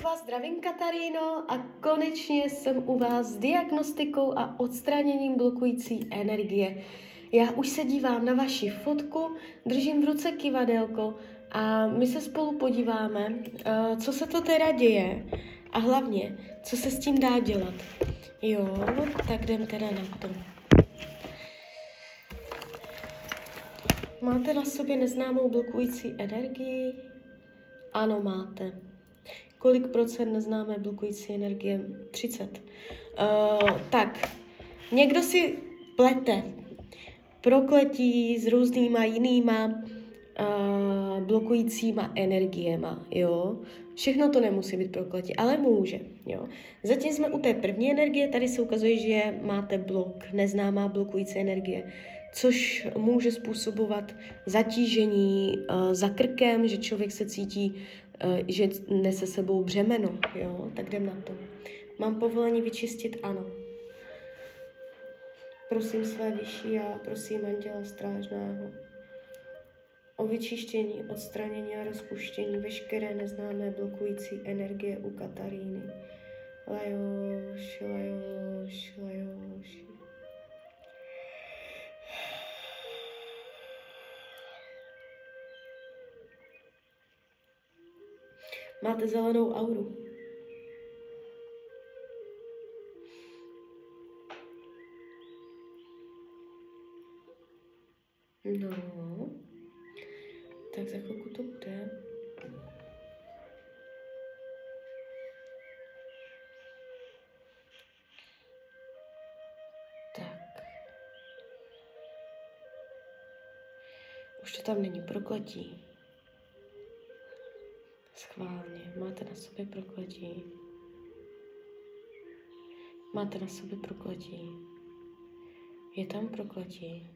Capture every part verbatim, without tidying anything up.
vás zdravím, Kataríno, a konečně jsem u vás s diagnostikou a odstraněním blokující energie. Já už se dívám na vaši fotku, držím v ruce kivadelko a my se spolu podíváme, uh, co se to teda děje a hlavně, co se s tím dá dělat. Jo, tak jdem teda na to. Máte na sobě neznámou blokující energii? Ano, máte. Kolik procent neznámé blokující energie? třicet. Uh, tak, někdo si plete prokletí s různýma jinýma uh, blokujícíma energiema, jo. Všechno to nemusí být prokletí, ale může, jo. Zatím jsme u té první energie, tady se ukazuje, že máte blok, neznámá blokující energie, což může způsobovat zatížení uh, za krkem, že člověk se cítí, uh, že nese sebou břemeno, jo, tak jdem na to. Mám povolení vyčistit? Ano. Prosím své vyšší a prosím anděla strážného o vyčištění, odstranění a rozpuštění veškeré neznámé blokující energie u Kataríny. Lajoš, lajoš, lajoš. Máte zelenou auru. No, tak za chvilku to bude. Tak. Už to tam není prokletí. Schválně. Máte na sobě prokletí. Máte na sobě prokletí. Je tam prokletí.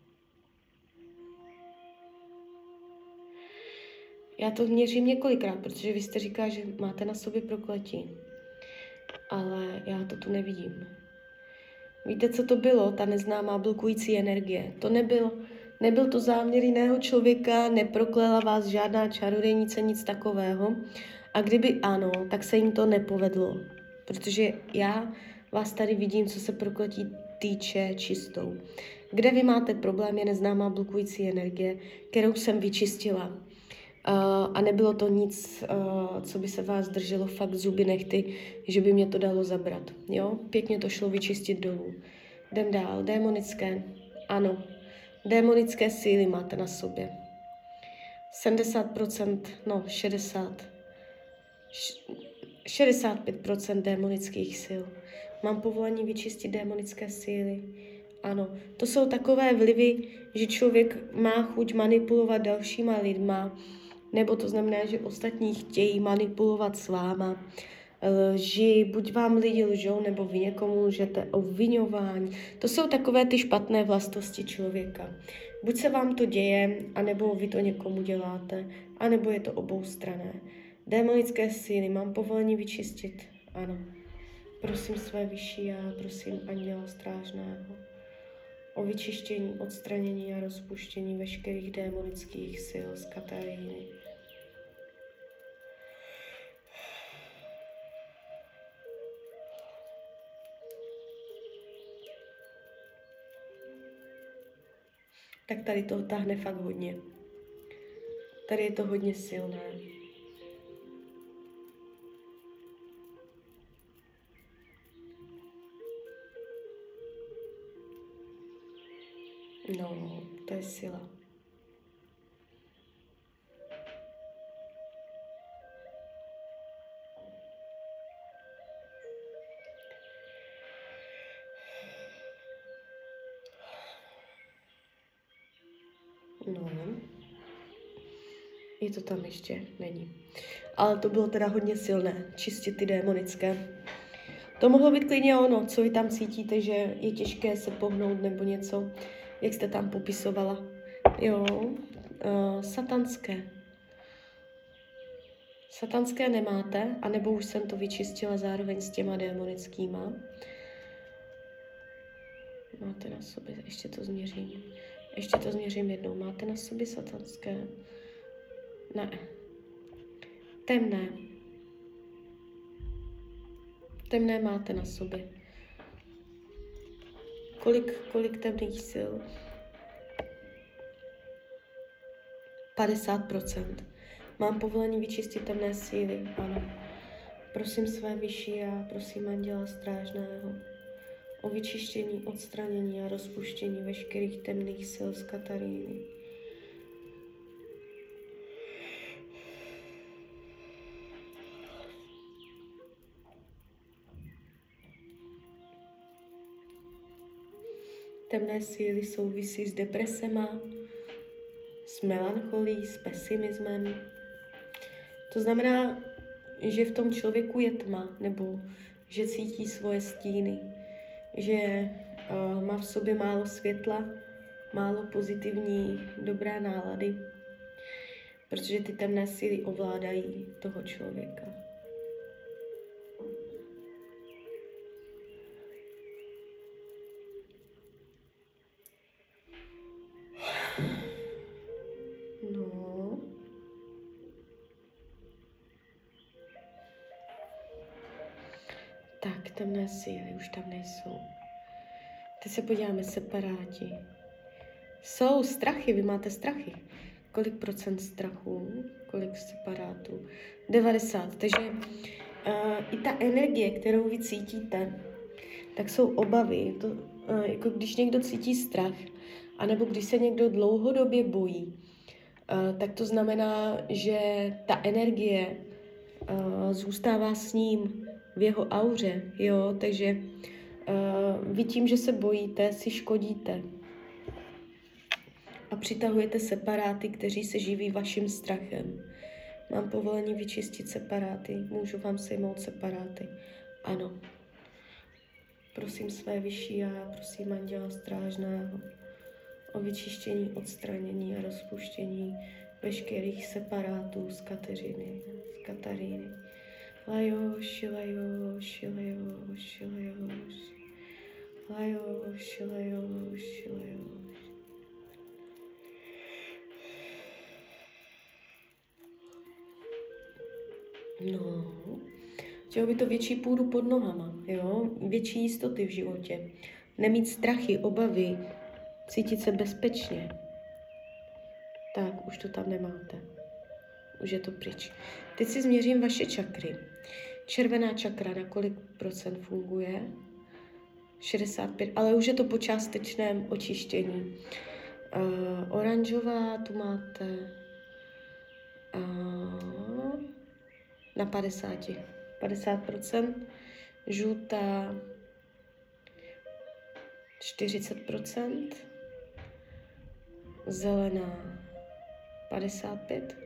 Já to měřím několikrát, protože vy jste říká, že máte na sobě prokletí. Ale já to tu nevidím. Víte, co to bylo, ta neznámá blokující energie? To nebyl, nebyl to záměr jiného člověka, neproklela vás žádná čarodějnice, nic takového. A kdyby ano, tak se jim to nepovedlo. Protože já vás tady vidím, co se prokletí týče, čistou. Kde vy máte problém, je neznámá blokující energie, kterou jsem vyčistila. Uh, a nebylo to nic, uh, co by se vás drželo fakt zuby nechty, že by mě to dalo zabrat. Jo? Pěkně to šlo vyčistit dolů. Jdem dál. Démonické. Ano. Démonické síly máte na sobě. sedmdesát procent, no šedesát. šedesát pět procent démonických sil. Mám povolení vyčistit démonické síly. Ano. To jsou takové vlivy, že člověk má chuť manipulovat dalšíma lidma, nebo to znamená, že ostatní chtějí manipulovat s váma, že buď vám lidi lžou, nebo vy někomu lžete, obviňování. To jsou takové ty špatné vlastnosti člověka. Buď se vám to děje, anebo vy to někomu děláte, anebo je to oboustranné. Démonické síly mám povolení vyčistit? Ano. Prosím své vyšší já, prosím anděla strážného o vyčištění, odstranění a rozpuštění veškerých démonických sil z Kataríny. Tak tady to táhne fakt hodně. Tady je to hodně silné. No, to je sila. No, je to tam ještě, není. Ale to bylo teda hodně silné, čistit ty démonické. To mohlo být klidně ono, co vy tam cítíte, že je těžké se pohnout nebo něco, jak jste tam popisovala. Jo, uh, satanské. Satanské nemáte, anebo už jsem to vyčistila zároveň s těma démonickýma. Máte na sobě, ještě to změřím. Ještě to změřím jednou. Máte na sobě satanské? Ne. Temné. temné máte na sobě? Kolik, kolik temných sil? padesát procent. Mám povolení vyčistit temné síly, ano. Prosím své vyšší a prosím anděla strážného o vyčištění, odstranění a rozpuštění veškerých temných sil z Kataríny. Temné síly souvisí s depresema, s melancholí, s pesimismem. To znamená, že v tom člověku je tma, nebo že cítí svoje stíny, že uh, má v sobě málo světla, málo pozitivní, dobré nálady, protože ty temné síly ovládají toho člověka. No. Tak, temné síly už tam nejsou. Teď se podíváme, separáti. Jsou strachy, vy máte strachy. Kolik procent strachu, kolik separátů? devadesát. Takže uh, i ta energie, kterou vy cítíte, tak jsou obavy. To, uh, jako když někdo cítí strach, anebo když se někdo dlouhodobě bojí, uh, tak to znamená, že ta energie uh, zůstává s ním v jeho auře, jo, takže uh, vy tím, že se bojíte, si škodíte a přitahujete separáty, kteří se živí vaším strachem. Mám povolení vyčistit separáty, můžu vám sejmout separáty. Ano. Prosím své vyšší a prosím anděla strážného o vyčištění, odstranění a rozpuštění veškerých separátů z Kateřiny, z Kataríny. Lajoši, lajoši, lajoši, lajoši, lajoši, lajoši, lajoši. No, chtělo by to větší půdu pod nohama, jo, větší jistoty v životě, nemít strachy, obavy, cítit se bezpečně. Tak, už to tam nemáte. Už je to pryč. Teď si změřím vaše čakry. Červená čakra na kolik procent funguje? šedesát pět, ale už je to po částečném očištění. Uh, oranžová, tu máte uh, na padesát. padesát procent. Žlutá čtyřicet procent. Zelená padesát pět.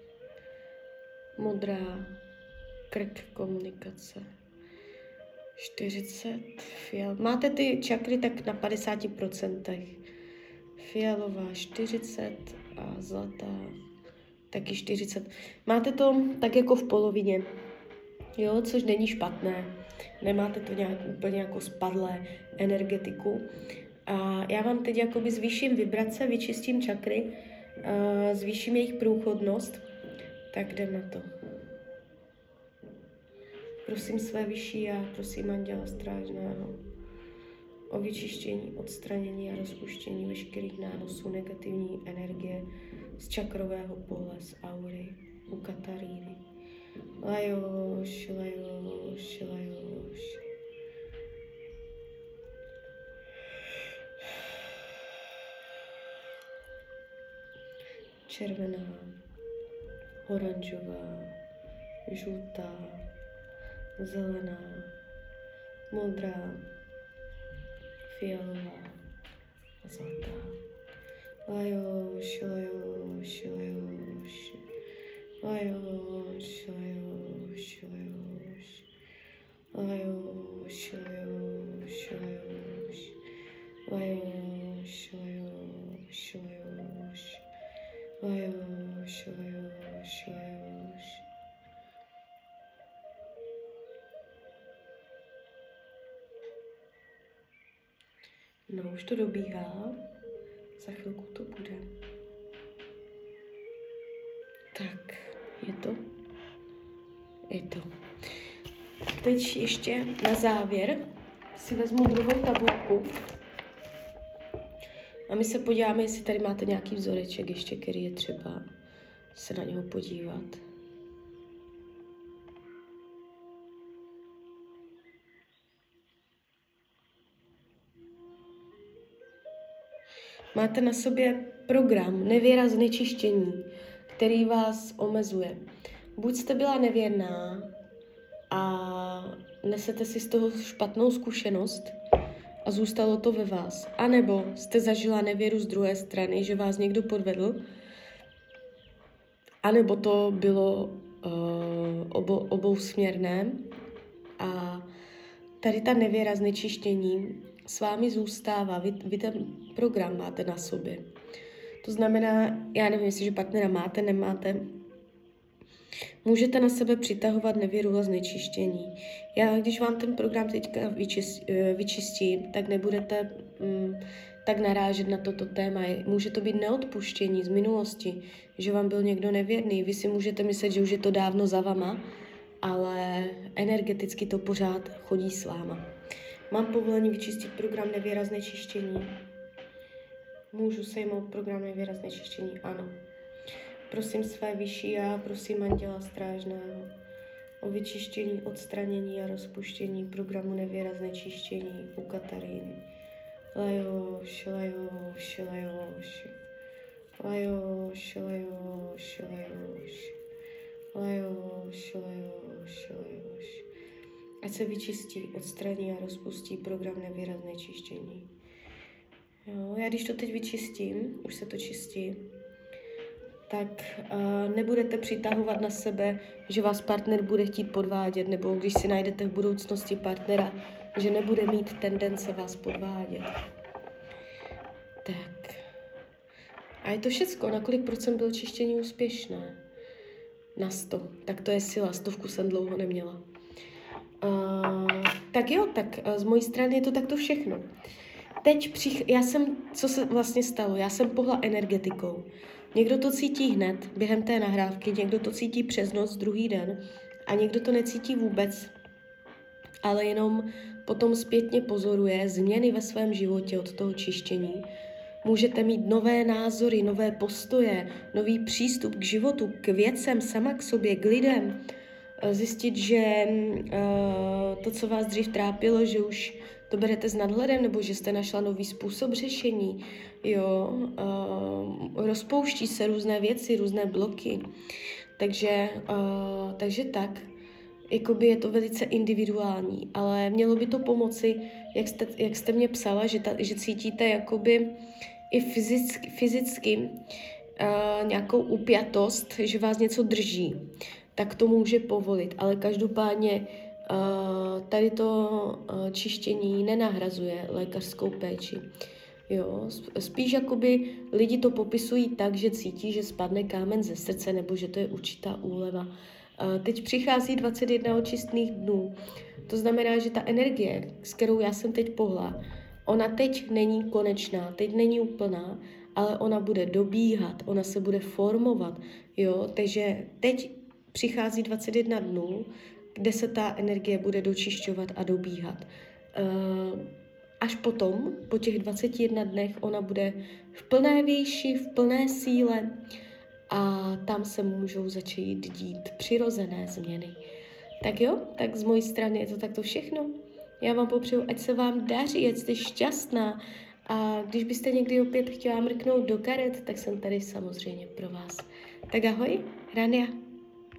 Modrá, krk, komunikace, čtyřicet, fial. Máte ty čakry tak na padesát procent. Fialová čtyřicet a zlatá taky čtyřicet. Máte to tak jako v polovině, jo, což není špatné. Nemáte to nějak úplně jako spadlé energetiku. A já vám teď jakoby zvýším vibrace, vyčistím čakry, zvýším jejich průchodnost. Tak jdem na to. Prosím své vyšší a prosím anděla strážného o vyčištění, odstranění a rozpuštění veškerých nánosů negativní energie z čakrového pole, z aury, u Kataríny. Lajoš, lajoš, lajoš. Červená, oranžová, žlutá, zelená, modrá, fialová a zlatá. Lajoš, lajoš, lajoš, lajoš, lajoš, lajoš, lajoš, lajoš, lajoš, lajoš, lajoš, lajoš. Lajoš, lajoš, lajoš. No, už to dobíhá. Za chvilku to bude. Tak, je to? Je to. teď ještě na závěr si vezmu druhou tabulku a my se podíváme, jestli tady máte nějaký vzoreček ještě, který je třeba se na něho podívat. Máte na sobě program nevěra znečištění, který vás omezuje. Buď jste byla nevěrná a nesete si z toho špatnou zkušenost a zůstalo to ve vás. A nebo jste zažila nevěru z druhé strany, že vás někdo podvedl, a nebo to bylo uh, obo, obousměrné a tady ta nevěra znečištění s vámi zůstává, vy, vy ten program máte na sobě. To znamená, já nevím, jestli že partnera máte, nemáte, můžete na sebe přitahovat nevěru a znečištění. Já, když vám ten program teďka vyčist, vyčistím, tak nebudete mm, tak narážet na toto téma. Může to být neodpuštění z minulosti, že vám byl někdo nevěrný. Vy si můžete myslet, že už je to dávno za vama, ale energeticky to pořád chodí s váma. Mám povolení vyčistit program nevěra znečištění. Můžu sejmout program nevěra znečištění? Ano. Prosím své vyšší já, prosím anděla strážného o vyčištění, odstranění a rozpuštění programu nevěra znečištění u Kataríny. Lajoš, lajoš, lajoš. Lajoš, lajoš, lajoš. Lajoš, lajoš, lajoš. Ať se vyčistí, odstraní a rozpustí program nevěra znečištění. Jo, já když to teď vyčistím, už se to čistí, tak uh, nebudete přitahovat na sebe, že vás partner bude chtít podvádět, nebo když si najdete v budoucnosti partnera, že nebude mít tendence vás podvádět. Tak. A je to všecko. Na kolik procent bylo čištění úspěšné? Na sto. Tak to je sila. Stovku jsem dlouho neměla. Uh, tak jo, tak uh, z mojí strany je to takto všechno. Teď přich... já jsem, co se vlastně stalo? Já jsem pohla energetikou. Někdo to cítí hned, během té nahrávky, někdo to cítí přes noc, druhý den a někdo to necítí vůbec, ale jenom potom zpětně pozoruje změny ve svém životě od toho čištění. Můžete mít nové názory, nové postoje, nový přístup k životu, k věcem, sama k sobě, k lidem. Zjistit, že uh, to, co vás dřív trápilo, že už to berete s nadhledem, nebo že jste našla nový způsob řešení. Jo, uh, rozpouští se různé věci, různé bloky. Takže, uh, takže tak, jakoby je to velice individuální, ale mělo by to pomoci, jak jste, jak jste mě psala, že, ta, že cítíte jakoby i fyzicky, fyzicky uh, nějakou upjatost, že vás něco drží, tak to může povolit, ale každopádně uh, tady to uh, čištění nenahrazuje lékařskou péči. Jo, spíš jakoby lidi to popisují tak, že cítí, že spadne kámen ze srdce, nebo že to je určitá úleva. Uh, teď přichází dvacet jedna očistných dnů. To znamená, že ta energie, s kterou já jsem teď pohla, ona teď není konečná, teď není úplná, ale ona bude dobíhat, ona se bude formovat. Jo, takže teď přichází dvacet jedna dnů, kde se ta energie bude dočišťovat a dobíhat. Uh, až potom, po těch dvaceti jedna dnech, ona bude v plné výši, v plné síle a tam se můžou začít dít přirozené změny. Tak jo, tak z mojí strany je to takto všechno. Já vám popřeju, ať se vám daří, ať jste šťastná a když byste někdy opět chtěla mrknout do karet, tak jsem tady samozřejmě pro vás. Tak ahoj, Rania.